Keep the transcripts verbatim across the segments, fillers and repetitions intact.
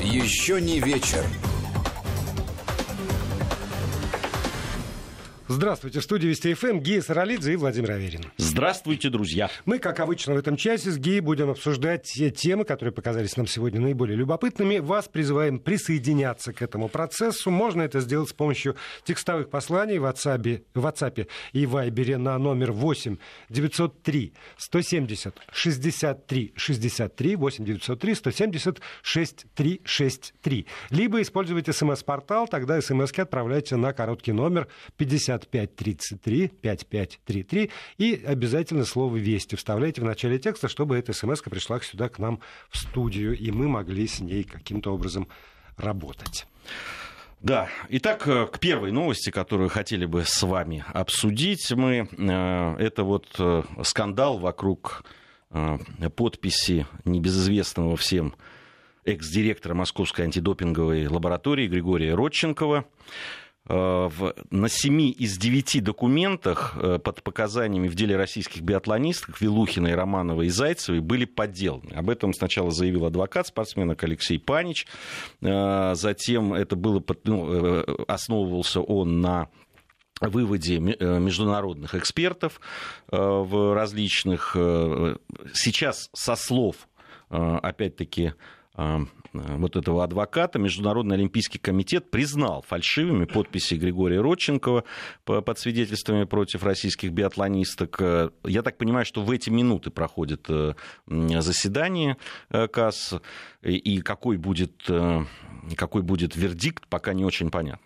Еще не вечер. Здравствуйте. В студии Вести ФМ Гия Саралидзе и Владимир Аверин. Здравствуйте, друзья. Мы, как обычно, в этом часе с Гией будем обсуждать те темы, которые показались нам сегодня наиболее любопытными. Вас призываем присоединяться к этому процессу. Можно это сделать с помощью текстовых посланий в WhatsApp, в WhatsApp и Viber на номер восемь девятьсот три сто семьдесят шестьдесят три шестьдесят три, восемь девятьсот три сто семьдесят шестьдесят три шестьдесят три. Либо используйте смс-портал, тогда смски отправляйте на короткий номер пятьдесят пять тридцать три пятьдесят пять тридцать три и обязательно слово «Вести» вставляйте в начале текста, чтобы эта смс-ка пришла сюда к нам в студию, и мы могли с ней каким-то образом работать. Да, итак, к первой новости, которую хотели бы с вами обсудить, мы, это вот скандал вокруг подписи небезызвестного всем экс-директора Московской антидопинговой лаборатории Григория Родченкова. На семи из девяти документах под показаниями в деле российских биатлонисток Вилухиной, Романовой и Зайцевой были подделаны. Об этом сначала заявил адвокат спортсменок Алексей Панич. Затем это было, ну, основывался он на выводе международных экспертов в различных... Сейчас со слов, опять-таки, вот этого адвоката, Международный олимпийский комитет признал фальшивыми подписи Григория Родченкова под свидетельствами против российских биатлонисток. Я так понимаю, что в эти минуты проходит заседание КАС, и какой будет, какой будет вердикт, пока не очень понятно.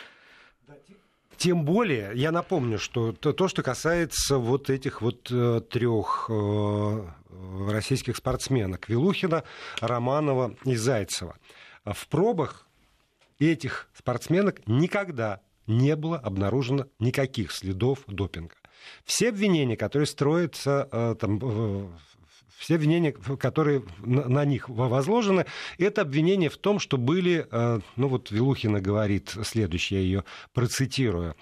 Тем более, я напомню, что то, то что касается вот этих вот э, трех э, российских спортсменок, Вилухина, Романова и Зайцева, в пробах этих спортсменок никогда не было обнаружено никаких следов допинга. Все обвинения, которые строятся э, там, э, все обвинения, которые на них возложены, это обвинения в том, что были, ну вот Вилухина говорит следующее, я ее процитирую.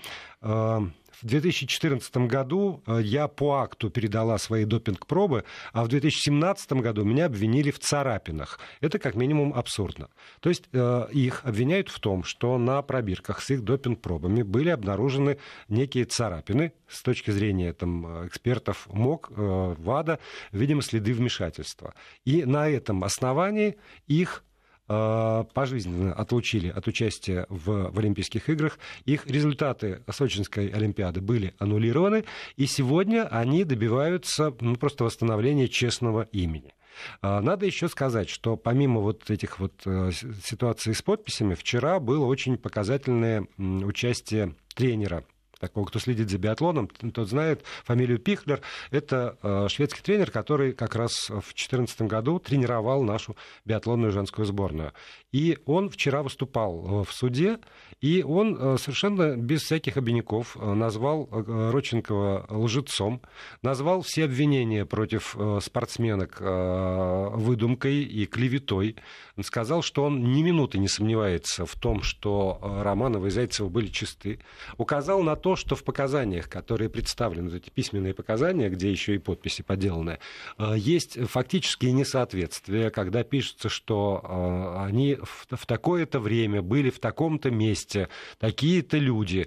В две тысячи четырнадцатом году я по акту передала свои допинг-пробы, а в две тысячи семнадцатом году меня обвинили в царапинах. Это как минимум абсурдно. То есть э, их обвиняют в том, что на пробирках с их допинг-пробами были обнаружены некие царапины. С точки зрения там, экспертов МОК, э, ВАДА, видимо, следы вмешательства. И на этом основании их пожизненно отлучили от участия в, в Олимпийских играх. Их результаты Сочинской Олимпиады были аннулированы, и сегодня они добиваются ну, просто восстановления честного имени. Надо еще сказать, что помимо вот этих вот ситуаций с подписями, вчера было очень показательное участие тренера. Такого, кто следит за биатлоном, тот знает фамилию Пихлер. Это э, шведский тренер, который как раз в две тысячи четырнадцатом году тренировал нашу биатлонную женскую сборную. И он вчера выступал в суде, и он э, совершенно без всяких обиняков назвал э, Родченкова лжецом, назвал все обвинения против э, спортсменок э, выдумкой и клеветой. Он сказал, что он ни минуты не сомневается в том, что э, Романова и Зайцева были чисты. Указал на то, что в показаниях, которые представлены, эти письменные показания, где еще и подписи подделаны, есть фактические несоответствия, когда пишется, что они в такое-то время были в таком-то месте, такие-то люди.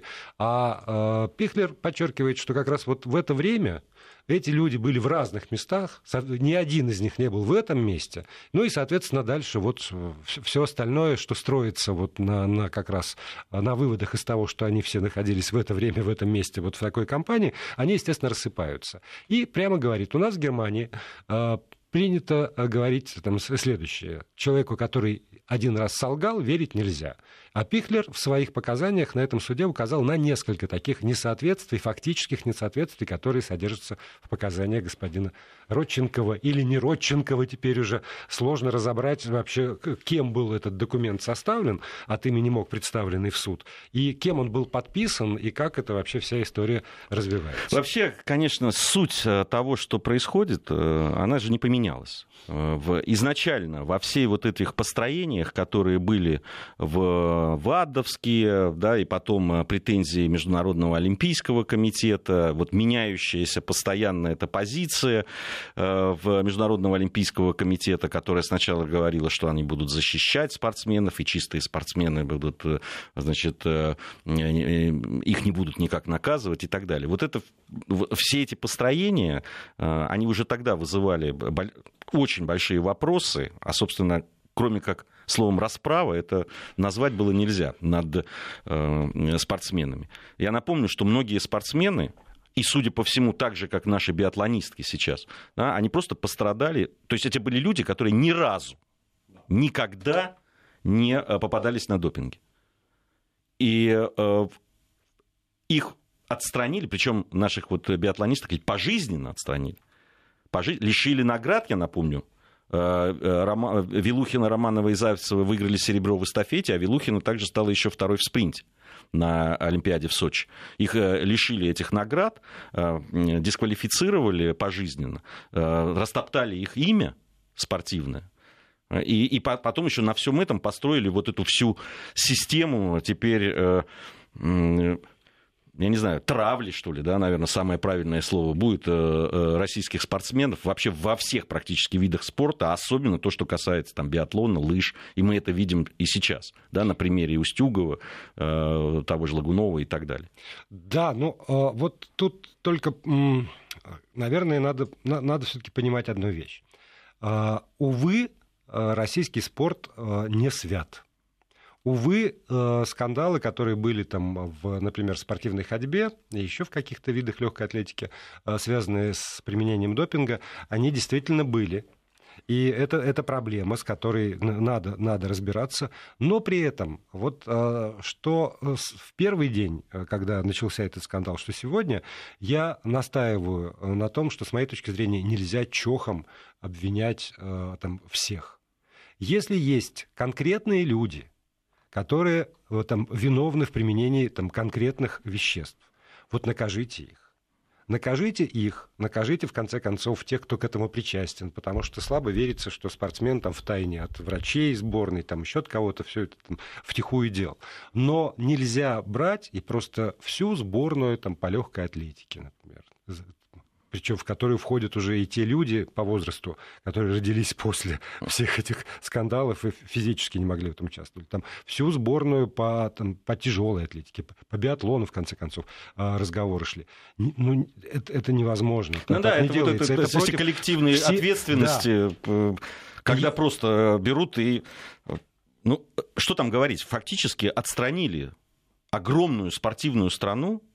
А Пихлер подчеркивает, что как раз вот в это время эти люди были в разных местах, ни один из них не был в этом месте. Ну и, соответственно, дальше вот все остальное, что строится вот на, на как раз на выводах из того, что они все находились в это время, в этом месте, вот в такой компании, они, естественно, рассыпаются. И прямо говорит, у нас в Германии э, принято говорить там, следующее. Человеку, который один раз солгал, верить нельзя. А Пихлер в своих показаниях на этом суде указал на несколько таких несоответствий, фактических несоответствий, которые содержатся в показаниях господина Родченкова или не Родченкова. Теперь уже сложно разобрать вообще, кем был этот документ составлен, от имени МОК представленный в суд, и кем он был подписан, и как это вообще вся история развивается. Вообще, конечно, суть того, что происходит, она же не поменялась. Изначально во всей вот этих построениях компаниях, которые были в ВАДовске, да, и потом претензии Международного олимпийского комитета, вот меняющаяся постоянно эта позиция в Международного олимпийского комитета, которая сначала говорила, что они будут защищать спортсменов, и чистые спортсмены будут, значит, их не будут никак наказывать и так далее. Вот это, все эти построения, они уже тогда вызывали очень большие вопросы, а, собственно, кроме как словом «расправа», это назвать было нельзя над э, спортсменами. Я напомню, что многие спортсмены, и, судя по всему, так же, как наши биатлонистки сейчас, да, они просто пострадали. То есть это были люди, которые ни разу, никогда не попадались на допинге. И э, их отстранили, причем наших вот биатлонисток пожизненно отстранили. Пожи... Лишили наград, я напомню. Рома... Вилухина, Романова и Зайцева выиграли серебро в эстафете, а Вилухина также стала еще второй в спринте на Олимпиаде в Сочи. Их лишили этих наград, дисквалифицировали пожизненно, растоптали их имя спортивное. И, и потом еще на всем этом построили вот эту всю систему теперь... я не знаю, травли, что ли, да, наверное, самое правильное слово будет, российских спортсменов вообще во всех практически видах спорта, особенно то, что касается там биатлона, лыж, и мы это видим и сейчас, да, на примере Устюгова, того же Лагунова и так далее. Да, ну, вот тут только, наверное, надо, надо все-таки понимать одну вещь. Увы, российский спорт не свят. Увы, скандалы, которые были там, в, например, в спортивной ходьбе и еще в каких-то видах легкой атлетики, связанные с применением допинга, они действительно были. И это, это проблема, с которой надо, надо разбираться. Но при этом, вот что в первый день, когда начался этот скандал, что сегодня, я настаиваю на том, что, с моей точки зрения, нельзя чохом обвинять там, всех. Если есть конкретные люди, которые там, виновны в применении там, конкретных веществ. Вот накажите их. Накажите их, накажите, в конце концов, тех, кто к этому причастен, потому что слабо верится, что спортсмен там, втайне от врачей сборной, там, еще от кого-то все это там, втихую делал. Но нельзя брать и просто всю сборную там, по легкой атлетике, например, причем в которую входят уже и те люди по возрасту, которые родились после всех этих скандалов и физически не могли в этом участвовать. Там всю сборную по, там, по тяжелой атлетике, по, по биатлону, в конце концов, разговоры шли. Ну, это, это невозможно. Ну да, это, вот это, это, это против... коллективной все... ответственности, да. Когда и... просто берут и... Ну, что там говорить? Фактически отстранили огромную спортивную страну,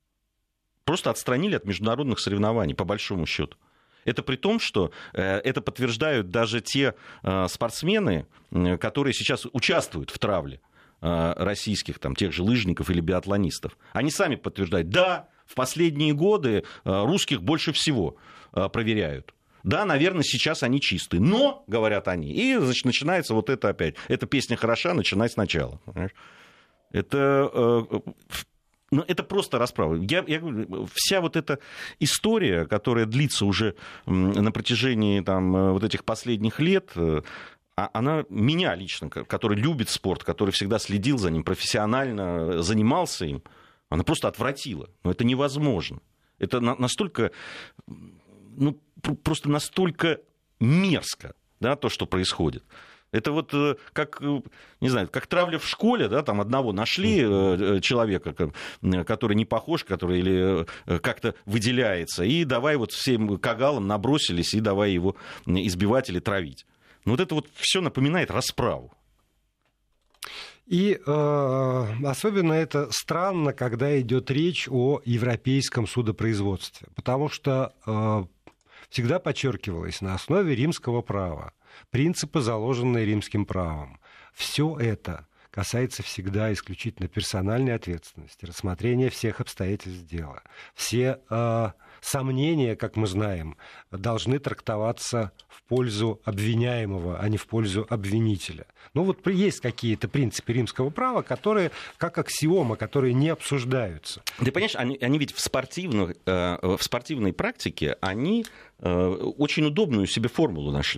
просто отстранили от международных соревнований, по большому счету. Это при том, что э, это подтверждают даже те э, спортсмены, э, которые сейчас участвуют в травле э, российских, там, тех же лыжников или биатлонистов. Они сами подтверждают, да, в последние годы э, русских больше всего э, проверяют. Да, наверное, сейчас они чистые, но, говорят они, и, значит, начинается вот это опять. Эта песня хороша, начинай сначала. Это... Э, Но это просто расправа. Я, я говорю, вся вот эта история, которая длится уже на протяжении там, вот этих последних лет, она меня лично, который любит спорт, который всегда следил за ним, профессионально занимался им, она просто отвратила. Но это невозможно. Это настолько, ну, просто настолько мерзко, да, то, что происходит. Это вот как, не знаю, как травля в школе, да, там одного нашли человека, который не похож, который или как-то выделяется, и давай вот всем кагалам набросились, и давай его избивать или травить. Ну вот это вот все напоминает расправу. И э, особенно это странно, когда идет речь о европейском судопроизводстве, потому что э, всегда подчеркивалось на основе римского права, принципы, заложенные римским правом. Все это касается всегда исключительно персональной ответственности, рассмотрения всех обстоятельств дела. Все э, сомнения, как мы знаем, должны трактоваться в пользу обвиняемого, а не в пользу обвинителя. Ну вот есть какие-то принципы римского права, которые как аксиома, которые не обсуждаются. Ты понимаешь, они, они ведь в спортивной, э, в спортивной практике они э, очень удобную себе формулу нашли.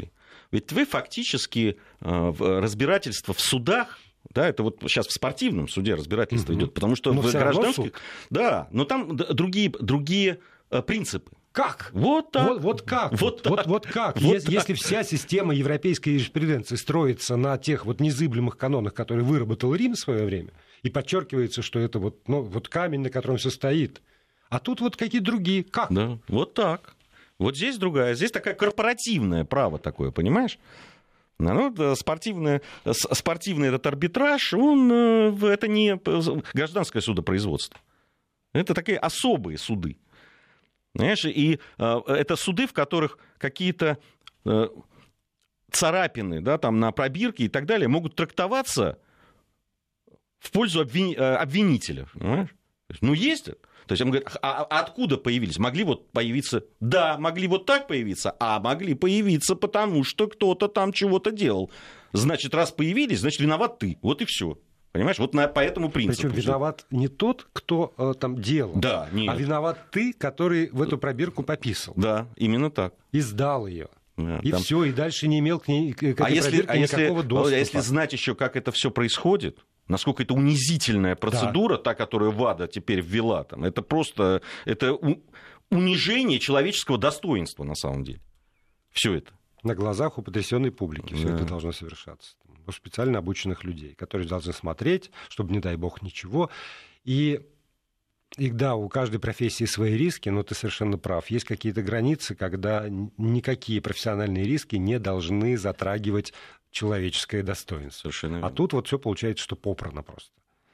Ведь вы фактически разбирательство в судах, да, это вот сейчас в спортивном суде разбирательство угу. идет, потому что но в гражданских... Да, но там другие, другие принципы. Как? Вот так. Вот, вот как? Вот, вот, так. вот как? Вот если, если вся система европейской юриспруденции строится на тех вот незыблемых канонах, которые выработал Рим в свое время, и подчеркивается, что это вот, ну, вот камень, на котором все стоит, а тут вот какие-то другие. Как? Да, вот так. Вот здесь другая. Здесь такое корпоративное право такое, понимаешь? Ну, спортивный, спортивный этот арбитраж, он, это не гражданское судопроизводство. Это такие особые суды. Понимаешь? И э, это суды, в которых какие-то э, царапины, да, там, на пробирке и так далее могут трактоваться в пользу обвини- обвинителя. Понимаешь? Ну, есть. То есть он говорит, а откуда появились? Могли вот появиться, да, могли вот так появиться, а могли появиться потому, что кто-то там чего-то делал. Значит, раз появились, значит, виноват ты. Вот и все. Понимаешь, вот на, по этому принципу. Причем виноват не тот, кто э, там делал, да, а виноват ты, который в эту пробирку пописал. Да, именно так. И сдал ее. Да, и там... все, и дальше не имел к, ней, к этой а если, пробирке а никакого если, доступа. А если знать еще, как это все происходит, насколько это унизительная процедура, да. та, которую ВАДА теперь ввела, там, это просто это у... унижение человеческого достоинства на самом деле. Все это. На глазах у потрясенной публики все да. это должно совершаться. У специально обученных людей, которые должны смотреть, чтобы, не дай бог, ничего. И, и да, у каждой профессии свои риски, но ты совершенно прав. Есть какие-то границы, когда никакие профессиональные риски не должны затрагивать человеческое достоинство. Совершенно верно. А тут вот все получается, что попрано просто.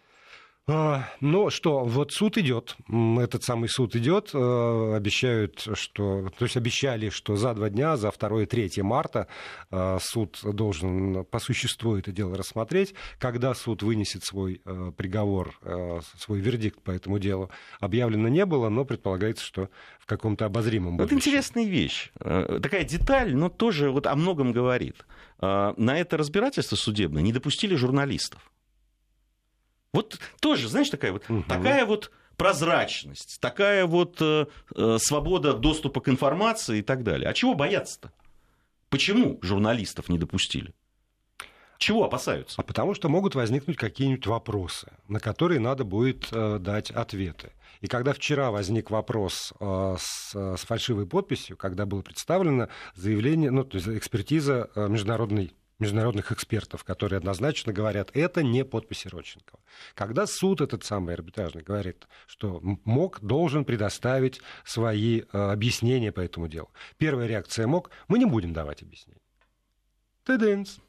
Ну что, вот суд идет, этот самый суд идет, обещают, что, то есть обещали, что за два дня, за второе-третье марта суд должен по существу это дело рассмотреть. Когда суд вынесет свой приговор, свой вердикт по этому делу, объявлено не было, но предполагается, что в каком-то обозримом будущем. Вот интересная вещь, такая деталь, но тоже вот о многом говорит. На это разбирательство судебное не допустили журналистов. Вот тоже, знаешь, такая вот, угу. такая вот прозрачность, такая вот э, свобода доступа к информации и так далее. А чего бояться-то? Почему журналистов не допустили? Чего опасаются? А потому что могут возникнуть какие-нибудь вопросы, на которые надо будет э, дать ответы. И когда вчера возник вопрос э, с, с фальшивой подписью, когда было представлено заявление, ну, то есть экспертиза э, международной международных экспертов, которые однозначно говорят, это не подписи Родченкова. Когда суд этот самый арбитражный говорит, что МОК должен предоставить свои э, объяснения по этому делу. Первая реакция МОК, мы не будем давать объяснения. Ты-дынц.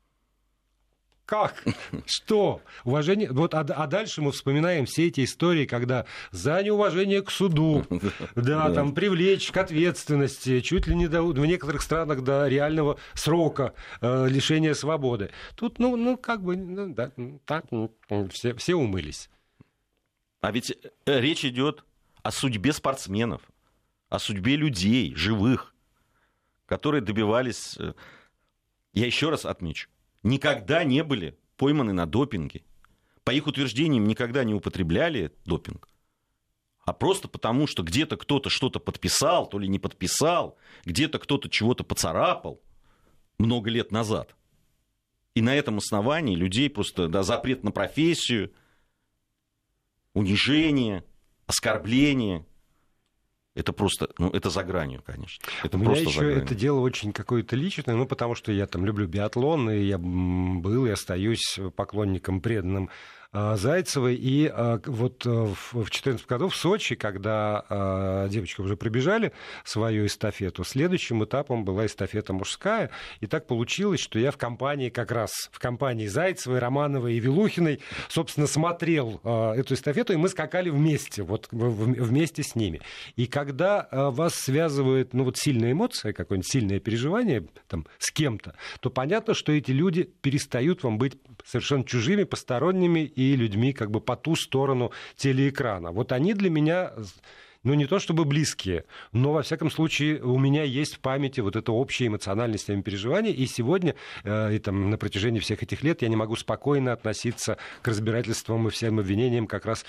Как? Что? Уважение? Вот, а, а дальше мы вспоминаем все эти истории, когда за неуважение к суду, да, там, привлечь к ответственности, чуть ли не до, в некоторых странах до реального срока э, лишения свободы. Тут, ну, ну как бы, ну, да, так, ну, все, все умылись. А ведь речь идет о судьбе спортсменов, о судьбе людей, живых, которые добивались, я еще раз отмечу, никогда не были пойманы на допинге. По их утверждениям, никогда не употребляли допинг. А просто потому, что где-то кто-то что-то подписал, то ли не подписал, где-то кто-то чего-то поцарапал много лет назад. И на этом основании людей просто да, запрет на профессию, унижение, оскорбление. Это просто, ну, это за гранью, конечно. Это У меня еще это дело очень какое-то личное, ну, потому что я там люблю биатлон, и я был и остаюсь поклонником преданным Зайцевой. И вот в две тысячи четырнадцатом году в Сочи, когда девочки уже пробежали свою эстафету, следующим этапом была эстафета мужская. И так получилось, что я в компании, как раз в компании Зайцевой, Романовой и Вилухиной, собственно, смотрел эту эстафету, и мы скакали вместе, вот вместе с ними. И когда вас связывает, ну, вот сильная эмоция, какое-нибудь сильное переживание там, с кем-то, то понятно, что эти люди перестают вам быть совершенно чужими, посторонними и людьми как бы по ту сторону телеэкрана. Вот они для меня, ну, не то чтобы близкие, но, во всяком случае, у меня есть в памяти вот это общее эмоциональное с ними переживание, и сегодня, э, и там, на протяжении всех этих лет я не могу спокойно относиться к разбирательствам и всем обвинениям как раз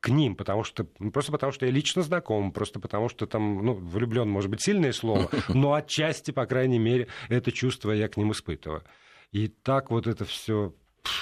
к ним, потому что, просто потому что я лично знаком, просто потому что там, ну, влюблен, может быть, сильное слово, но отчасти, по крайней мере, это чувство я к ним испытываю. И так вот это все.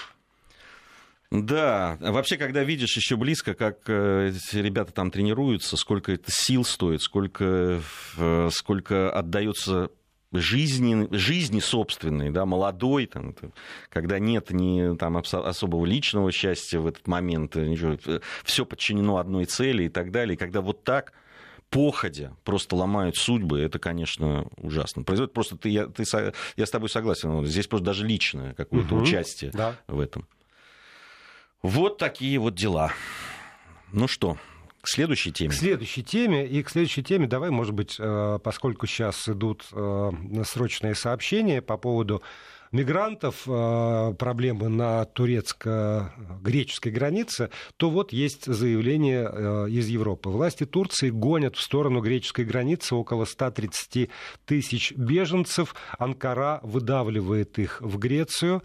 Да, вообще, когда видишь еще близко, как эти ребята там тренируются, сколько это сил стоит, сколько, сколько отдается жизни, жизни собственной, да, молодой, там, когда нет ни там, особого личного счастья в этот момент, ничего, все подчинено одной цели и так далее, и когда вот так походя просто ломают судьбы, это, конечно, ужасно. Произойдет просто, ты, я, ты, я с тобой согласен, здесь просто даже личное какое-то угу, участие да. в этом. Вот такие вот дела. Ну что, к следующей теме. К следующей теме. И к следующей теме давай, может быть, поскольку сейчас идут срочные сообщения по поводу мигрантов, проблемы на турецко-греческой границе, то вот есть заявление из Европы. Власти Турции гонят в сторону греческой границы около ста тридцати тысяч беженцев. Анкара выдавливает их в Грецию.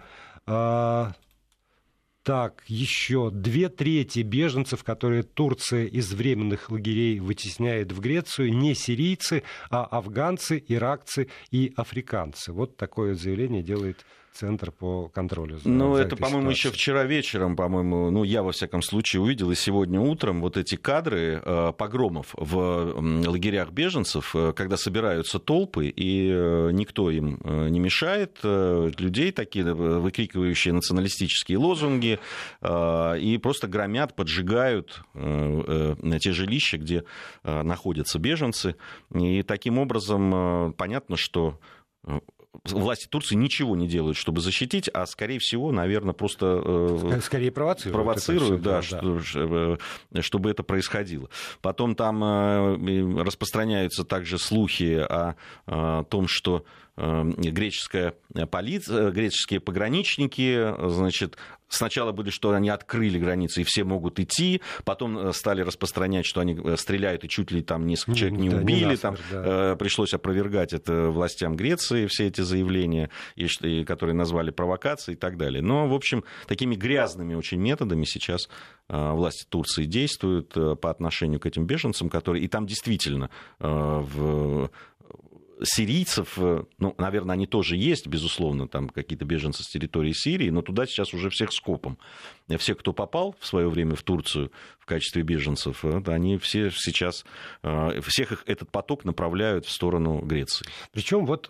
Так, еще две трети беженцев, которые Турция из временных лагерей вытесняет в Грецию, не сирийцы, а афганцы, иракцы и африканцы. Вот такое заявление делает Центр по контролю за, ну, за это, по-моему, еще вчера вечером, по-моему, ну, я, во всяком случае, увидел, и сегодня утром вот эти кадры э, погромов в э, лагерях беженцев, э, когда собираются толпы, и э, никто им э, не мешает, э, людей такие, э, выкрикивающие националистические лозунги, э, и просто громят, поджигают э, э, те жилища, где э, находятся беженцы, и таким образом э, понятно, что э, власти Турции ничего не делают, чтобы защитить, а, скорее всего, наверное, просто скорее провоцируют, провоцируют да, да. Что, чтобы это происходило. Потом там распространяются также слухи о, о том, что греческая полиция, греческие пограничники, значит, сначала были, что они открыли границы, и все могут идти, потом стали распространять, что они стреляют, и чуть ли там несколько человек не да, убили, не насмерть, там, да. Пришлось опровергать это властям Греции, все эти заявления, и, которые назвали провокацией и так далее. Но, в общем, такими грязными очень методами сейчас власти Турции действуют по отношению к этим беженцам, которые, и там действительно в... сирийцев, ну, наверное, они тоже есть, безусловно, там какие-то беженцы с территории Сирии, но туда сейчас уже всех скопом. Все, кто попал в свое время в Турцию в качестве беженцев, они все сейчас, всех их этот поток направляют в сторону Греции. Причем вот,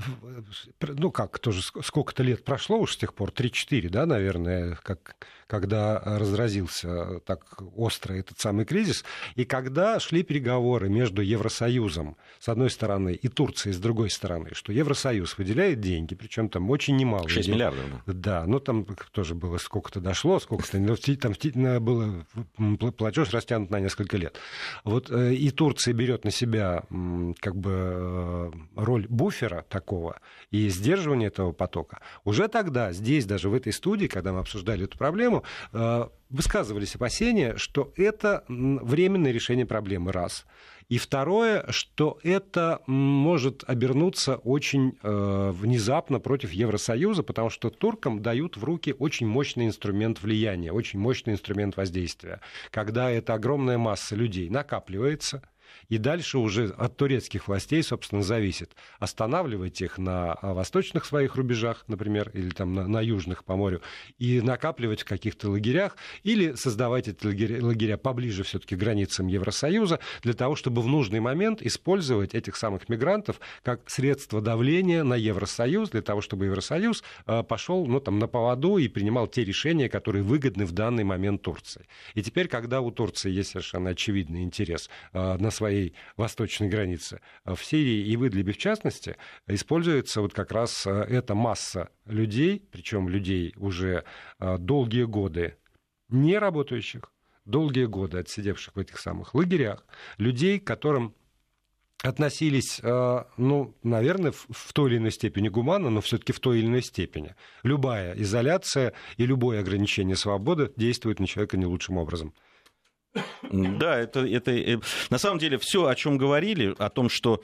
ну как, тоже сколько-то лет прошло уж с тех пор, три-четыре, да, наверное, как... когда разразился так остро этот самый кризис, и когда шли переговоры между Евросоюзом, с одной стороны, и Турцией, с другой стороны, что Евросоюз выделяет деньги, причем там очень немало. шесть миллиардов. Да, ну там тоже было, сколько-то дошло, сколько-то, ну, там было платеж растянут на несколько лет. Вот и Турция берет на себя как бы роль буфера такого и сдерживания этого потока. Уже тогда, здесь, даже в этой студии, когда мы обсуждали эту проблему, высказывались опасения, что это временное решение проблемы, раз. И второе, что это может обернуться очень э, внезапно против Евросоюза, потому что туркам дают в руки очень мощный инструмент влияния, очень мощный инструмент воздействия. Когда эта огромная масса людей накапливается, и дальше уже от турецких властей, собственно, зависит, останавливать их на восточных своих рубежах, например, или там на, на южных по морю, и накапливать в каких-то лагерях, или создавать эти лагеря, лагеря поближе все-таки к границам Евросоюза, для того, чтобы в нужный момент использовать этих самых мигрантов как средство давления на Евросоюз, для того, чтобы Евросоюз пошел, ну, там, на поводу и принимал те решения, которые выгодны в данный момент Турции. И теперь, когда у Турции есть совершенно очевидный интерес на своей восточной границе в Сирии и в Идлибе в частности, используется вот как раз эта масса людей, причем людей уже долгие годы не работающих, долгие годы отсидевших в этих самых лагерях, людей, к которым относились, ну, наверное, в той или иной степени гуманно, но все-таки в той или иной степени. Любая изоляция и любое ограничение свободы действует на человека не лучшим образом. Да, это, это на самом деле все, о чем говорили, о том, что,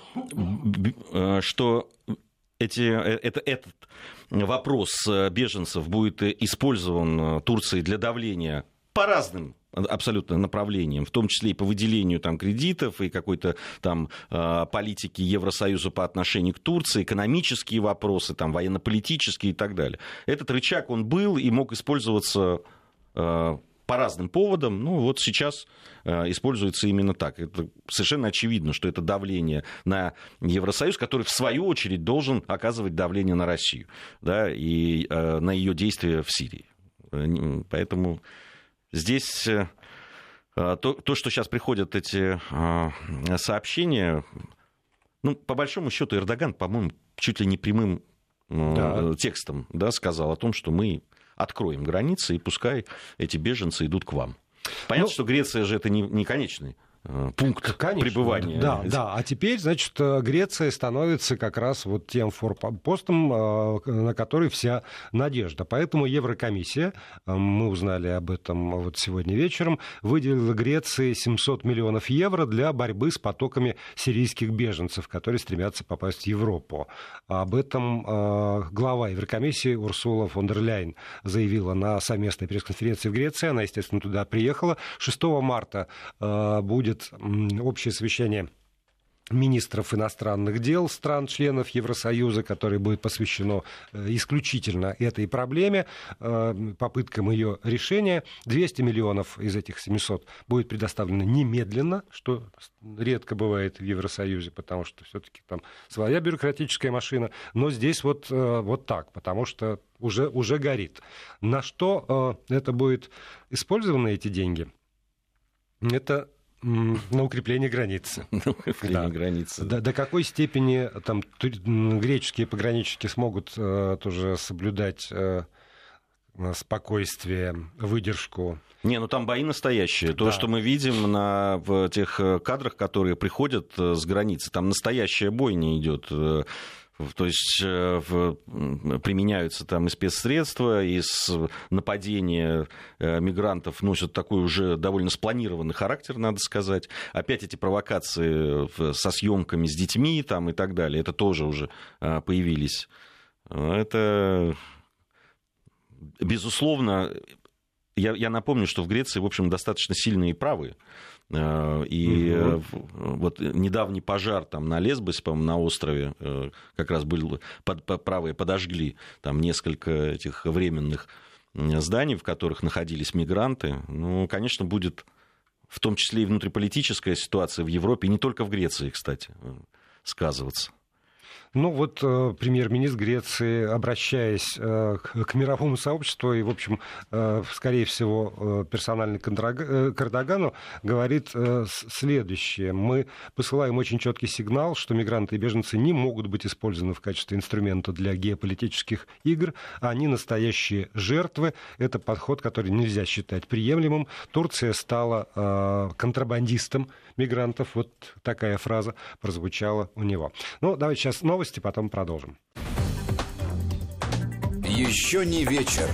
что эти, это, этот вопрос беженцев будет использован Турцией для давления по разным абсолютно направлениям, в том числе и по выделению там кредитов, и какой-то там э, политики Евросоюза по отношению к Турции, экономические вопросы, там, военно-политические и так далее. Этот рычаг, он был и мог использоваться э, по разным поводам. Ну, вот сейчас э, используется именно так. Это совершенно очевидно, что это давление на Евросоюз, который, в свою очередь, должен оказывать давление на Россию, да, и э, на ее действия в Сирии. Поэтому здесь то, то, что сейчас приходят эти сообщения, ну, по большому счету, Эрдоган, по-моему, чуть ли не прямым да. текстом, да, сказал о том, что мы откроем границы, и пускай эти беженцы идут к вам. Понятно, ну, что Греция же это не, не конечный пункт Конечно, пребывания. Да, да, а теперь, значит, Греция становится как раз вот тем форпостом, на который вся надежда. Поэтому Еврокомиссия, мы узнали об этом вот сегодня вечером, выделила Греции семьсот миллионов евро для борьбы с потоками сирийских беженцев, которые стремятся попасть в Европу. Об этом глава Еврокомиссии Урсула фон дер Ляйен заявила на совместной пресс-конференции в Греции. Она, естественно, туда приехала. шестого марта будет общее совещание министров иностранных дел стран-членов Евросоюза, которое будет посвящено исключительно этой проблеме, попыткам ее решения. двести миллионов из этих семисот будет предоставлено немедленно, что редко бывает в Евросоюзе, потому что все-таки там своя бюрократическая машина. Но здесь вот, вот так, потому что уже, уже горит. На что это будет использованы, эти деньги? Это на укрепление границы. На укрепление да. границы. До, до какой степени там греческие пограничники смогут э, тоже соблюдать э, спокойствие, выдержку? Не, ну там бои настоящие. То, да. что мы видим на, в тех кадрах, которые приходят с границы, там настоящая бойня идет. То есть в, применяются там и спецсредства, и с нападения мигрантов носят такой уже довольно спланированный характер, надо сказать. Опять эти провокации со съемками с детьми там, и так далее, это тоже уже появились. Это, безусловно, я, я напомню, что в Греции, в общем, достаточно сильные правые. И угу. вот недавний пожар там на Лесбосе, по-моему, на острове, как раз был, под, правые подожгли там несколько этих временных зданий, в которых находились мигранты. Ну, конечно, будет в том числе и внутриполитическая ситуация в Европе, и не только в Греции, кстати, сказываться. Ну вот э, премьер-министр Греции, обращаясь э, к, к мировому сообществу и, в общем, э, скорее всего, э, персонально к Эрдогану, говорит э, следующее. Мы посылаем очень четкий сигнал, что мигранты и беженцы не могут быть использованы в качестве инструмента для геополитических игр. Они настоящие жертвы. Это подход, который нельзя считать приемлемым. Турция стала э, контрабандистом мигрантов. Вот такая фраза прозвучала у него. Ну, давайте сейчас новости, потом продолжим. Еще не вечер.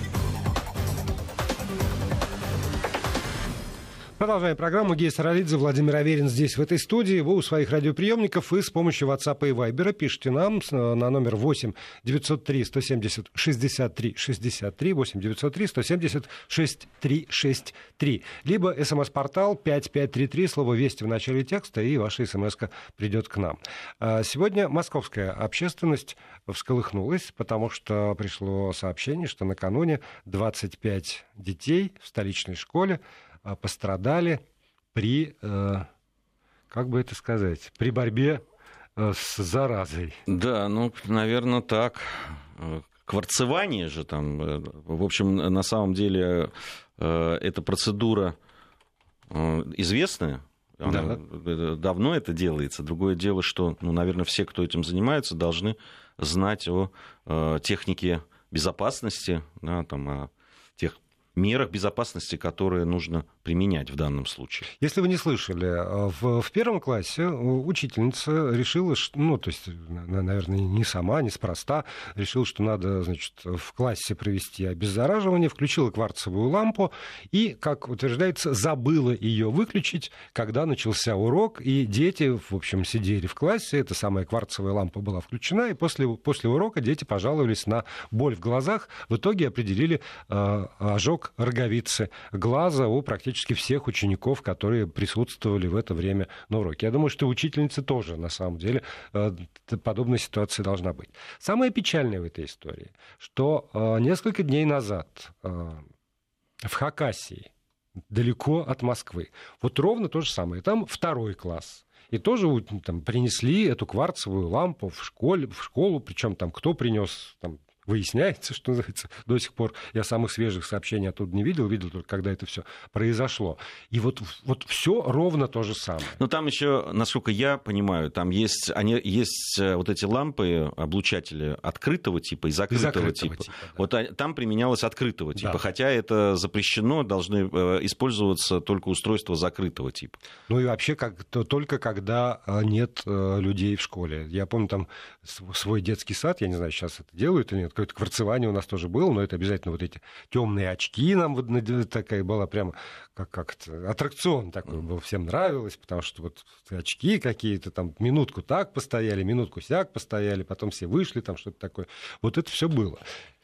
Продолжаем программу. Гея Саралидзе, Владимир Аверин здесь, в этой студии. Вы у своих радиоприемников и с помощью WhatsApp и Viber пишите нам на номер восемь девятьсот три сто семьдесят шестьдесят три шестьдесят три, восемь девятьсот три сто семьдесят шестьдесят три шестьдесят три. Либо смс-портал пять пять три три, слово «Вести» в начале текста, и ваша смс-ка придет к нам. Сегодня московская общественность всколыхнулась, потому что пришло сообщение, что накануне двадцать пять детей в столичной школе пострадали при, как бы это сказать, при борьбе с заразой. Да, ну, наверное, так. Кварцевание же там, в общем, на самом деле, эта процедура известная. Она, да. Давно это делается. Другое дело, что, ну, наверное, все, кто этим занимается, должны знать о технике безопасности, да, там, о тех мерах безопасности, которые нужно применять в данном случае. Если вы не слышали, в, в первом классе учительница решила, что, ну, то есть, наверное, не сама, неспроста, решила, что надо, значит, в классе провести обеззараживание, включила кварцевую лампу и, как утверждается, забыла ее выключить, когда начался урок, и дети, в общем, сидели в классе, эта самая кварцевая лампа была включена, и после, после урока дети пожаловались на боль в глазах, в итоге определили э, ожог роговицы глаза у практически практически всех учеников, которые присутствовали в это время на уроке. Я думаю, что учительницы тоже, на самом деле, подобная ситуация должна быть. Самое печальное в этой истории, что несколько дней назад в Хакасии, далеко от Москвы, вот ровно то же самое. Там второй класс. И тоже там, принесли эту кварцевую лампу в, школе, в школу, причем там кто принес, там, выясняется, что называется, до сих пор я самых свежих сообщений оттуда не видел, видел только, когда это все произошло. И вот, вот все ровно то же самое. Но там еще, насколько я понимаю, там есть, они, есть вот эти лампы, облучатели открытого типа и закрытого, и закрытого типа. типа да. Вот там применялось открытого типа, да. Хотя это запрещено, должны использоваться только устройства закрытого типа. Ну и вообще как, только когда нет людей в школе. Я помню там свой детский сад, я не знаю, сейчас это делают или нет, какое-то кварцевание у нас тоже было, но это обязательно вот эти темные очки нам вот такая была прямо как, как аттракцион такой был, всем нравилось, потому что вот очки какие-то там минутку так постояли, минутку сяк постояли, потом все вышли, там что-то такое. Вот это все было.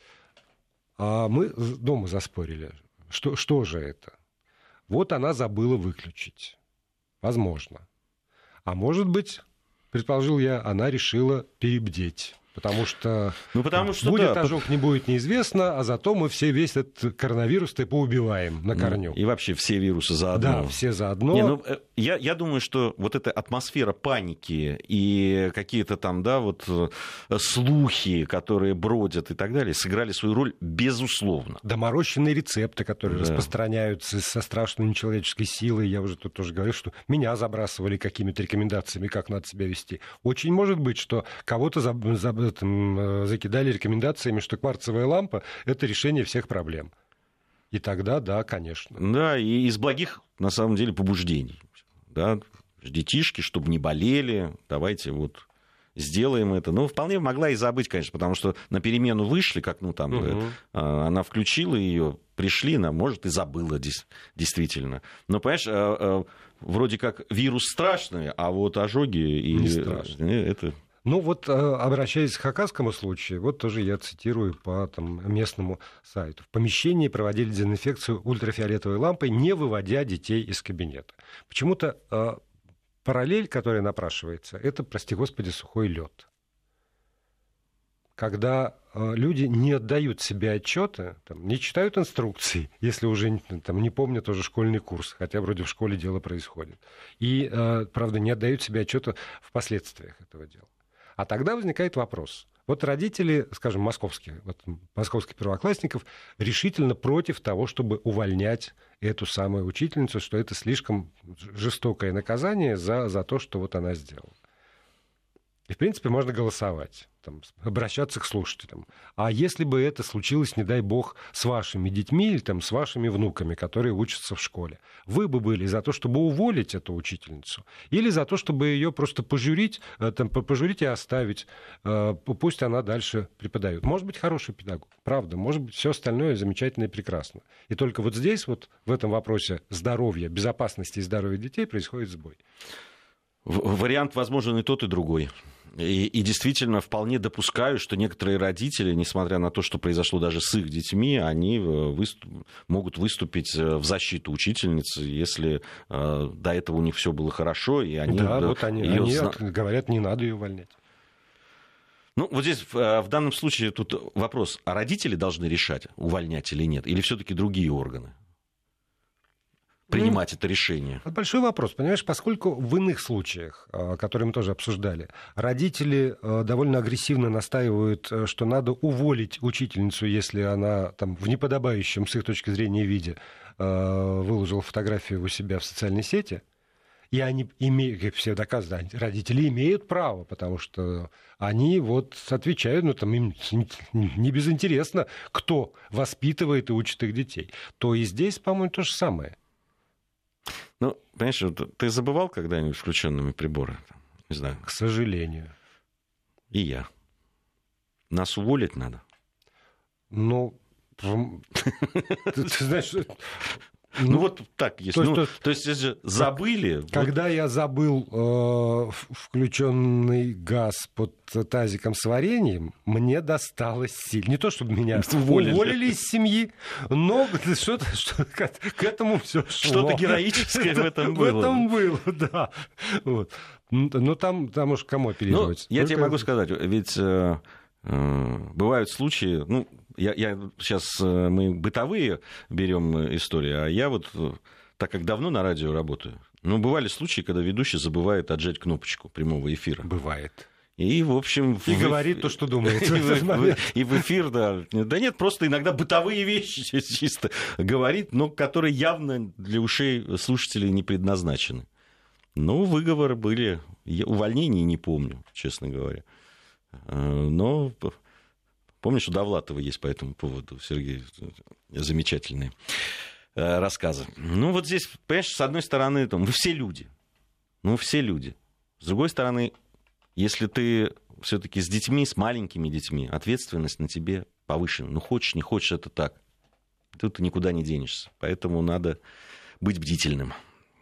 А мы дома заспорили. Что, что же это? Вот она забыла выключить. Возможно. А может быть, предположил я, она решила перебдеть. Потому что, ну, потому что будет да. ожог, не будет, неизвестно, а зато мы все весь этот коронавирус-то поубиваем на корню. Ну, и вообще все вирусы заодно. Да, все заодно. Не, ну, я, я думаю, что вот эта атмосфера паники и какие-то там, да, вот слухи, которые бродят и так далее, сыграли свою роль безусловно. Доморощенные рецепты, которые да. распространяются со страшной нечеловеческой силой. Я уже тут тоже говорил, что меня забрасывали какими-то рекомендациями, как надо себя вести. Очень может быть, что кого-то заб... заб... Там, закидали рекомендациями, что кварцевая лампа – это решение всех проблем. И тогда, да, конечно. Да, и из благих, на самом деле, побуждений. Да, детишки, чтобы не болели, давайте вот сделаем это. Ну, вполне могла и забыть, конечно, потому что на перемену вышли, как, ну, там, угу. она включила ее, пришли, она, может, и забыла действительно. Но, понимаешь, вроде как вирус страшный, а вот ожоги и не страшные. Это... Ну вот, обращаясь к хакасскому случаю, вот тоже я цитирую по там, местному сайту. В помещении проводили дезинфекцию ультрафиолетовой лампой, не выводя детей из кабинета. Почему-то э, параллель, которая напрашивается, это, прости господи, сухой лед. Когда э, люди не отдают себе отчета, там, не читают инструкции, если уже там, не помнят уже школьный курс, хотя вроде в школе дело происходит, и, э, правда, не отдают себе отчета в последствиях этого дела. А тогда возникает вопрос. Вот родители, скажем, московских, вот, московских первоклассников решительно против того, чтобы увольнять эту самую учительницу, что это слишком жестокое наказание за, за то, что вот она сделала. И, в принципе, можно голосовать, там, обращаться к слушателям. А если бы это случилось, не дай бог, с вашими детьми или там, с вашими внуками, которые учатся в школе, вы бы были за то, чтобы уволить эту учительницу, или за то, чтобы ее просто пожурить, там, пожурить и оставить, пусть она дальше преподает. Может быть, хороший педагог, правда, может быть, все остальное замечательно и прекрасно. И только вот здесь, вот в этом вопросе здоровья, безопасности и здоровья детей происходит сбой. Вариант возможен и тот, и другой. И, и действительно вполне допускаю, что некоторые родители, несмотря на то, что произошло даже с их детьми, они выступ... могут выступить в защиту учительницы, если э, до этого у них все было хорошо, и они... Да, да вот они, её... они говорят, не надо ее увольнять. Ну, вот здесь в данном случае тут вопрос, а родители должны решать, увольнять или нет, или все-таки другие органы принимать ну, это решение? Большой вопрос, понимаешь, поскольку в иных случаях, которые мы тоже обсуждали, родители довольно агрессивно настаивают, что надо уволить учительницу, если она там, в неподобающем, с их точки зрения, виде выложила фотографию у себя в социальной сети, и они имеют, все доказывают, родители имеют право, потому что они вот отвечают, ну, там, им не безинтересно, кто воспитывает и учит их детей. То и здесь, по-моему, то же самое. Ну, понимаешь, ты забывал когда-нибудь включенными приборы? Не знаю. К сожалению. И я. Нас уволить надо? Ну, ты знаешь, Ну, вот так есть. То, ну, то, то есть, если забыли... Когда вот... я забыл э, включенный газ под тазиком с вареньем, мне досталось сильно. Не то, чтобы меня уволили, уволили из семьи, но что-то, что к, к этому все шло. Что-то героическое в этом было. В этом было, да. Вот. Ну, там, там уж кому апеллировать. Ну, я тебе могу сказать, ведь э, э, бывают случаи... Ну, я, я сейчас э, мы бытовые берем истории, а я вот, так как давно на радио работаю, ну, бывали случаи, когда ведущий забывает отжать кнопочку прямого эфира. Бывает. И, в общем... И в... говорит то, что думает. И в, и в эфир, да. Да нет, просто иногда бытовые вещи чисто говорит, но которые явно для ушей слушателей не предназначены. Ну, выговоры были. Я увольнений не помню, честно говоря. Но помнишь, у Довлатова есть по этому поводу, Сергей, замечательные рассказы. Ну, вот здесь, понимаешь, с одной стороны, там, вы все люди. Ну, все люди. С другой стороны, если ты все-таки с детьми, с маленькими детьми, ответственность на тебе повышена. Ну, хочешь, не хочешь, это так. Тут ты никуда не денешься. Поэтому надо быть бдительным.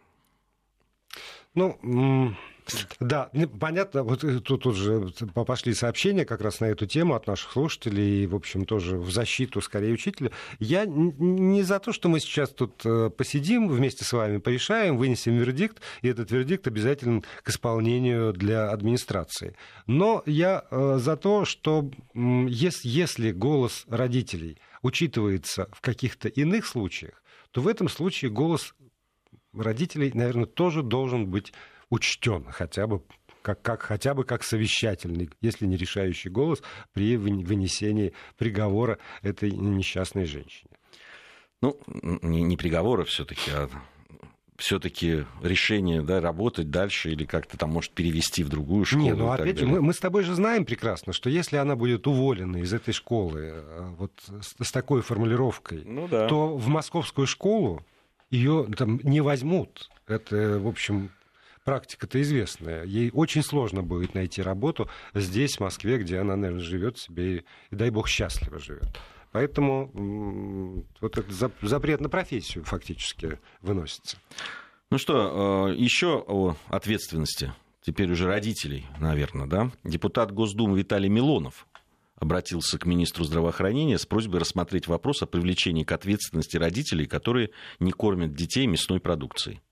Ну, да, понятно, вот тут уже пошли сообщения как раз на эту тему от наших слушателей, и, в общем, тоже в защиту, скорее, учителя. Я не за то, что мы сейчас тут посидим вместе с вами, порешаем, вынесем вердикт, и этот вердикт обязателен к исполнению для администрации. Но я за то, что если голос родителей учитывается в каких-то иных случаях, то в этом случае голос родителей, наверное, тоже должен быть учтен, хотя бы как, как, хотя бы как совещательный, если не решающий голос при вынесении приговора этой несчастной женщине. Ну, не, не приговора все-таки, а все-таки решение, да, работать дальше или как-то там, может, перевести в другую школу. Не, ну опять же, мы, мы с тобой же знаем прекрасно, что если она будет уволена из этой школы вот с, с такой формулировкой, ну, да, то в московскую школу ее там не возьмут. Это, в общем, практика-то известная. Ей очень сложно будет найти работу здесь, в Москве, где она, наверное, живет себе и, и дай бог, счастливо живет. Поэтому м- вот этот запрет на профессию фактически выносится. Ну что, еще о ответственности, теперь уже родителей, наверное, да? Депутат Госдумы Виталий Милонов обратился к министру здравоохранения с просьбой рассмотреть вопрос о привлечении к ответственности родителей, которые не кормят детей мясной продукцией.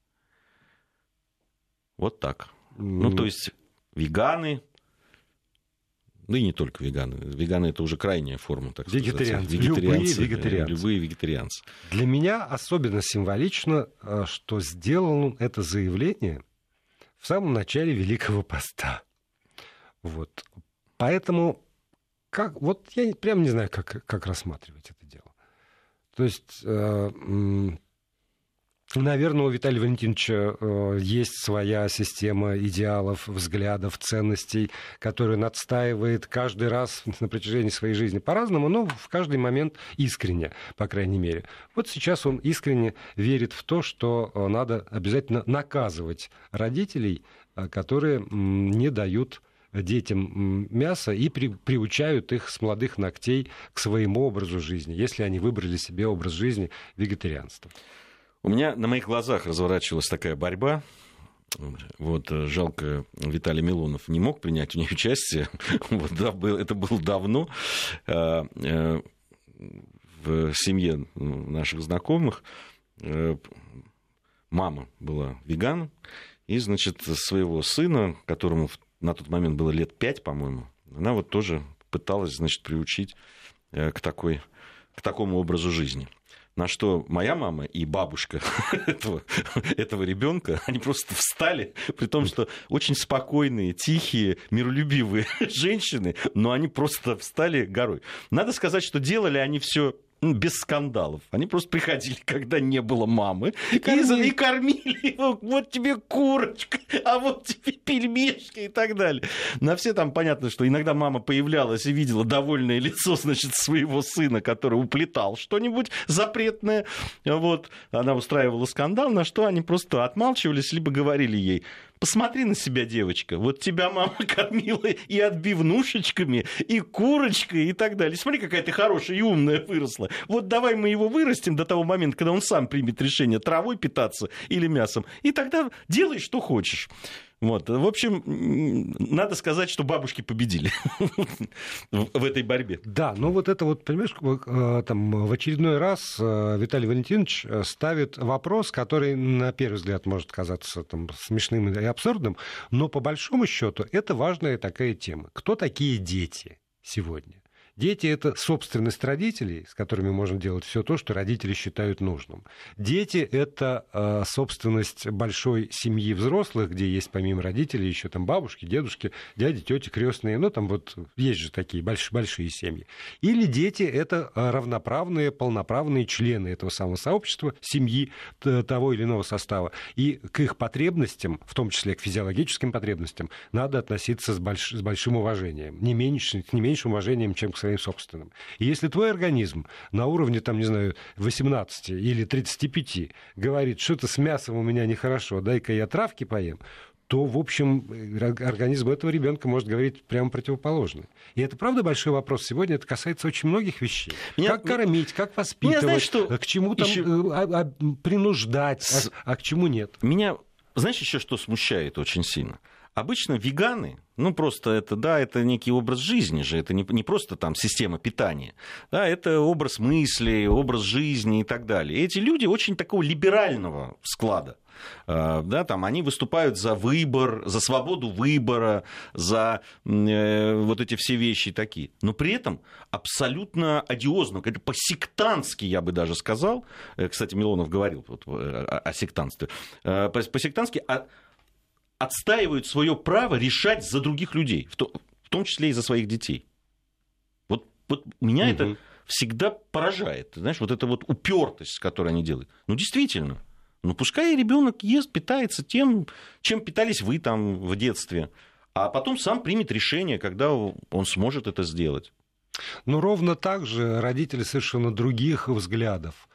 Вот так. Mm. Ну, то есть веганы, ну и не только веганы. Веганы — это уже крайняя форма, так сказать. Вегетарианцы. Вегетарианцы. Любые вегетарианцы. Любые вегетарианцы. Для меня особенно символично, что сделал это заявление в самом начале Великого Поста. Вот. Поэтому как, вот я прям не знаю, как, как рассматривать это дело. То есть, э, наверное, у Виталия Валентиновича э, есть своя система идеалов, взглядов, ценностей, которую надстаивает каждый раз на протяжении своей жизни по-разному, но в каждый момент искренне, по крайней мере. Вот сейчас он искренне верит в то, что надо обязательно наказывать родителей, которые не дают детям мясо и при, приучают их с молодых ногтей к своему образу жизни, если они выбрали себе образ жизни вегетарианства. У меня на моих глазах разворачивалась такая борьба. Вот, жалко, Виталий Милонов не мог принять в ней участие. Вот, да, это было давно. В семье наших знакомых мама была веган, и, значит, своего сына, которому на тот момент было лет пять, по-моему, она вот тоже пыталась, значит, приучить к, такой, к такому образу жизни. На что моя мама и бабушка этого, этого ребенка, они просто встали, при том, что очень спокойные, тихие, миролюбивые женщины, но они просто встали горой. Надо сказать, что делали они все без скандалов. Они просто приходили, когда не было мамы, и кормили. И, и кормили. Вот тебе курочка, а вот тебе пельмешки и так далее. На все там понятно, что иногда мама появлялась и видела довольное лицо, значит, своего сына, который уплетал что-нибудь запретное. Вот. Она устраивала скандал, на что они просто отмалчивались, либо говорили ей: Посмотри на себя, девочка. Вот тебя мама кормила и отбивнушечками, и курочкой, и так далее. Смотри, какая ты хорошая и умная выросла. Вот давай мы его вырастим до того момента, когда он сам примет решение, травой питаться или мясом. И тогда делай, что хочешь. Вот. В общем, надо сказать, что бабушки победили в этой борьбе. Да, ну вот это вот, понимаешь, там в очередной раз Виталий Валентинович ставит вопрос, который, на первый взгляд, может казаться там смешным и абсурдным, но по большому счету это важная такая тема. Кто такие дети сегодня? Дети — это собственность родителей, с которыми можно делать все то, что родители считают нужным. Дети — это э, собственность большой семьи взрослых, где есть помимо родителей еще там бабушки, дедушки, дяди, тети, крестные. Ну, там вот есть же такие больш- большие семьи. Или дети — это равноправные, полноправные члены этого самого сообщества, семьи т- того или иного состава. И к их потребностям, в том числе к физиологическим потребностям, надо относиться с, больш- с большим уважением. Не меньше, с не меньшим уважением, чем к своим собственным. И если твой организм на уровне, там, не знаю, восемнадцати или тридцати пяти говорит, что-то с мясом у меня нехорошо, дай-ка я травки поем, то, в общем, организм этого ребенка может говорить прямо противоположное. И это, правда, большой вопрос. Сегодня это касается очень многих вещей. Меня, как кормить, как воспитывать, знаешь, что к чему там еще... а, а, принуждать, с... а, а к чему нет. Меня, знаешь, еще что смущает очень сильно? Обычно веганы, ну просто это, да, это некий образ жизни же, это не, не просто там система питания, да, это образ мысли, образ жизни и так далее. И эти люди очень такого либерального склада. Да, там они выступают за выбор, за свободу выбора, за э, вот эти все вещи такие. Но при этом абсолютно одиозно, по-сектантски, я бы даже сказал, кстати, Милонов говорил вот, о, о сектантстве, по-сектантски, а отстаивают свое право решать за других людей, в, то, в том числе и за своих детей. Вот, вот меня угу. это всегда поражает. Знаешь, вот эта вот упертость, с которой они делают. Ну, действительно. Ну, пускай ребенок ест, питается тем, чем питались вы там в детстве, а потом сам примет решение, когда он сможет это сделать. Ну, ровно так же родители совершенно других взглядов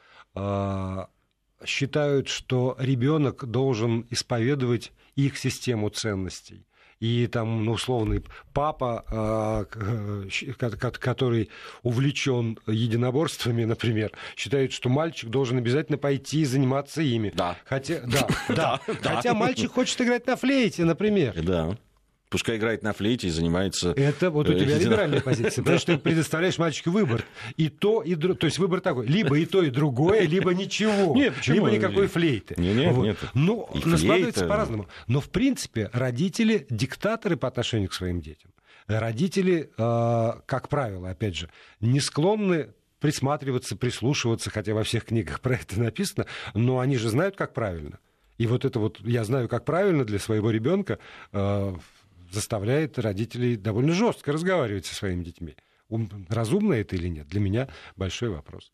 считают, что ребенок должен исповедовать их систему ценностей. И там, ну, условный папа, который увлечен единоборствами, например, считает, что мальчик должен обязательно пойти и заниматься ими. Да. Хотя, да, да. Хотя мальчик хочет играть на флейте, например. Да. Пускай играет на флейте и занимается... Это вот у тебя либеральная позиция. Потому что ты предоставляешь мальчику выбор. И то, и другое. То есть выбор такой. Либо и то, и другое, либо ничего. Нет, почему? Либо никакой флейты. Нет, нет, вот. нет. Ну, складывается по-разному. Но, в принципе, родители диктаторы по отношению к своим детям. Родители, как правило, опять же, не склонны присматриваться, прислушиваться, хотя во всех книгах про это написано, но они же знают, как правильно. И вот это вот «я знаю, как правильно» для своего ребенка заставляет родителей довольно жестко разговаривать со своими детьми. Разумно это или нет? Для меня большой вопрос.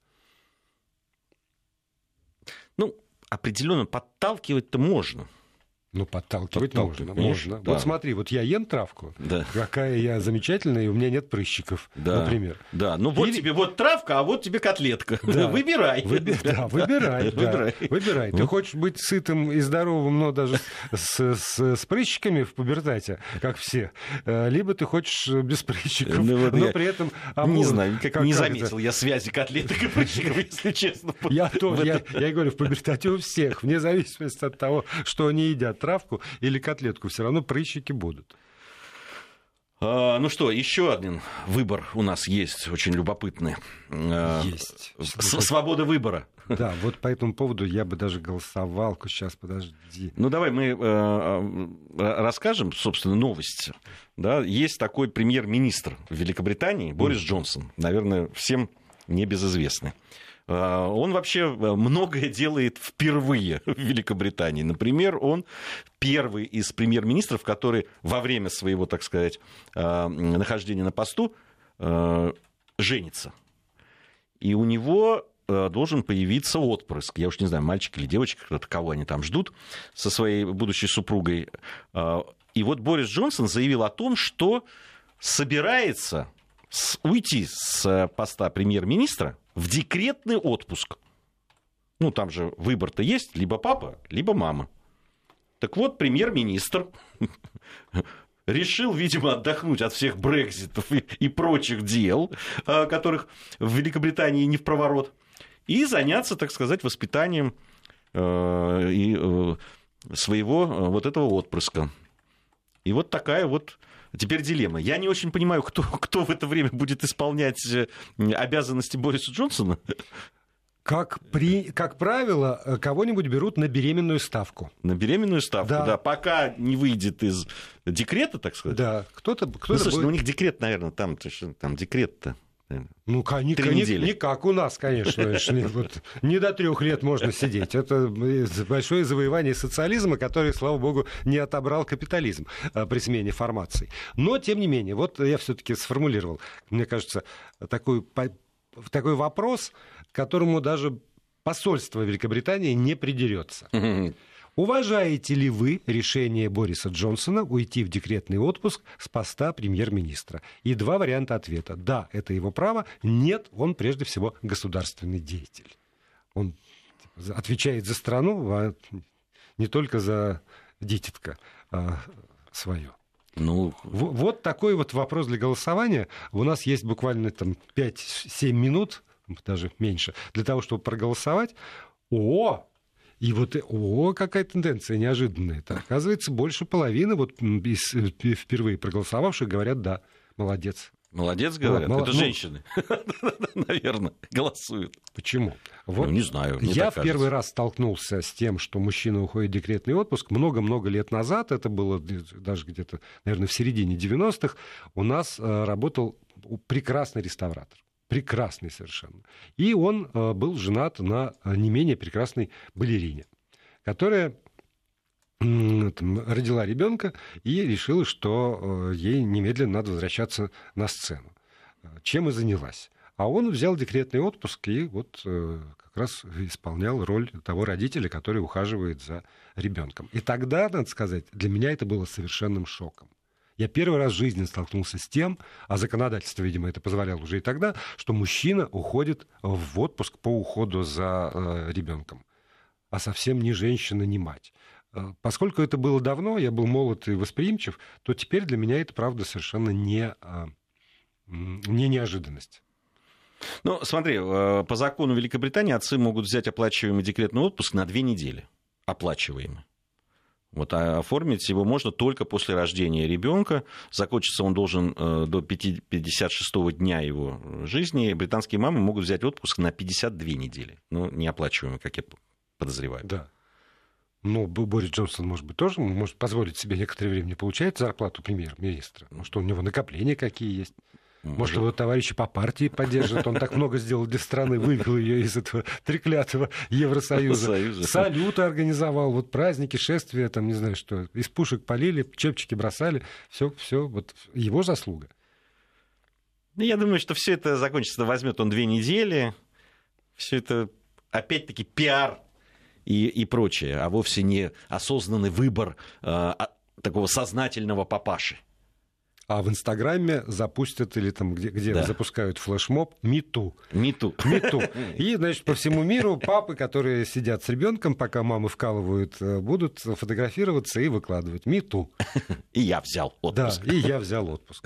Ну, определенно подталкивать-то можно. Ну, подталкивать, подталкивать можно, конечно, можно. Да. Вот смотри, вот я ем травку, да. какая я замечательная, и у меня нет прыщиков, да. например. Да, ну вот Или... тебе вот травка, а вот тебе котлетка. Да. Выбирай. Выби... Да, выбирай. Да. Выбирай. Выбирай. Ты хочешь быть сытым и здоровым, но даже с, с, с прыщиками в пубертате, как все, либо ты хочешь без прыщиков, ну, вот но при этом... А не знаю, как, как не как заметил это? Я связи котлеток и прыщиков, если честно. Я тоже, я, я и говорю, в пубертате у всех, вне зависимости от того, что они едят, травку или котлетку, все равно прыщики будут. А, ну что, еще один выбор у нас есть, очень любопытный. Есть. С- свобода выбора. Да, вот по этому поводу я бы даже голосовал. Сейчас, подожди. Ну, давай мы э, расскажем, собственно, новость. Да, есть такой премьер-министр в Великобритании, Борис mm. Джонсон. Наверное, всем небезызвестный. Он вообще многое делает впервые в Великобритании. Например, он первый из премьер-министров, который во время своего, так сказать, нахождения на посту женится. И у него должен появиться отпрыск. Я уж не знаю, мальчик или девочка, кого они там ждут со своей будущей супругой. И вот Борис Джонсон заявил о том, что собирается уйти с поста премьер-министра в декретный отпуск. Ну, там же выбор-то есть, либо папа, либо мама. Так вот, премьер-министр решил, видимо, отдохнуть от всех брекситов и, и прочих дел, которых в Великобритании не впроворот, и заняться, так сказать, воспитанием э, и, э, своего э, вот этого отпрыска. И вот такая вот теперь дилемма. Я не очень понимаю, кто, кто в это время будет исполнять обязанности Бориса Джонсона. Как, при, как правило, кого-нибудь берут на беременную ставку. На беременную ставку, да. Да. Пока не выйдет из декрета, так сказать. Да, кто-то, кто-то ну, слушай, будет... ну, у них декрет, наверное, там, там декрет-то. Ну, не, Три не, недели. Не как у нас, конечно. Не, вот, не до трех лет можно сидеть. Это большое завоевание социализма, которое, слава богу, не отобрал капитализм при смене формаций. Но, тем не менее, вот я все-таки сформулировал, мне кажется, такой, такой вопрос, к которому даже посольство Великобритании не придерется. Уважаете ли вы решение Бориса Джонсона уйти в декретный отпуск с поста премьер-министра? И два варианта ответа. Да, это его право. Нет, он прежде всего государственный деятель. Он отвечает за страну, а не только за дитятко а, свое. Ну... Вот такой вот вопрос для голосования. У нас есть буквально там пять-семь минут, даже меньше, для того, чтобы проголосовать. О! И вот, о, какая тенденция неожиданная. Это, оказывается, больше половины вот, из впервые проголосовавших говорят «да». Молодец. Молодец, говорят? Мол, это ну, женщины, наверное, голосуют. Почему? Вот ну, не знаю. Я в первый раз столкнулся с тем, что мужчина уходит в декретный отпуск много-много лет назад. Это было даже где-то, наверное, в середине девяностых. У нас работал прекрасный реставратор. Прекрасный совершенно. И он э, был женат на не менее прекрасной балерине, которая э, там, родила ребенка и решила, что э, ей немедленно надо возвращаться на сцену. Чем и занялась. А он взял декретный отпуск и вот э, как раз исполнял роль того родителя, который ухаживает за ребенком. И тогда, надо сказать, для меня это было совершенным шоком. Я первый раз в жизни столкнулся с тем, а законодательство, видимо, это позволяло уже и тогда, что мужчина уходит в отпуск по уходу за э, ребенком, а совсем не женщина, не мать. Э, поскольку это было давно, я был молод и восприимчив, то теперь для меня это, правда, совершенно не, э, не неожиданность. Ну, смотри, э, по закону Великобритании отцы могут взять оплачиваемый декретный отпуск на две недели. Оплачиваемый. Вот, а оформить его можно только после рождения ребенка. Закончиться он должен э, до пятьдесят шестого дня его жизни. Британские мамы могут взять отпуск на пятьдесят две недели. Ну, неоплачиваемый, как я подозреваю. Да. Ну, Борис Джонсон, может быть, тоже может позволить себе некоторое время не получать зарплату премьер-министра. Может, что у него накопления какие есть. Может, его товарищи по партии поддержат. Он так много сделал для страны, вывел ее из этого треклятого Евросоюза. Союза. Салюты организовал, вот праздники, шествия, там, не знаю что, из пушек полили, чепчики бросали. Все, все, вот его заслуга. Ну, я думаю, что все это закончится, возьмет он две недели. Все это, опять-таки, пиар и, и прочее, а вовсе не осознанный выбор э, такого сознательного папаши. А в Инстаграме запустят, или там, где, где да. запускают флешмоб, МИТУ. МИТУ. МИТУ. И, значит, по всему миру папы, которые сидят с ребенком, пока мамы вкалывают, будут фотографироваться и выкладывать. МИТУ. И я взял отпуск. Да, и я взял отпуск.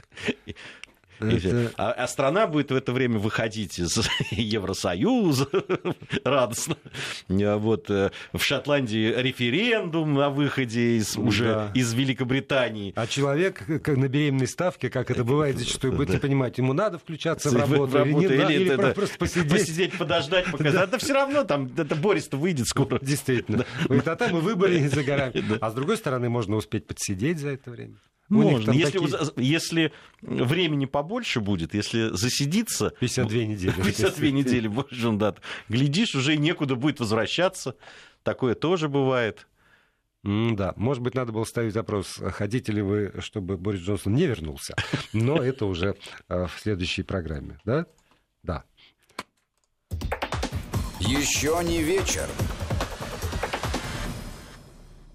Это... А, а страна будет в это время выходить из Евросоюза радостно. Вот, в Шотландии референдум о выходе из, уже да. из Великобритании. А человек на беременной ставке, как это бывает зачастую, будете понимать, ему надо включаться в работу, в работу или, не, или, или это, просто посидеть. Посидеть, подождать, показать. Да все равно там это Борис-то выйдет скоро. Действительно. А там и выборы не за горами. А с другой стороны, можно успеть подсидеть за это время. Можно. Если, такие... если времени побольше будет, если засидится... пятьдесят две недели. пятьдесят две недели больше, да. Глядишь, уже некуда будет возвращаться. Такое тоже бывает. Mm, да, может быть, надо было ставить вопрос, хотите ли вы, чтобы Борис Джонсон не вернулся. Но это уже в следующей программе. Да? Да. Еще не вечер.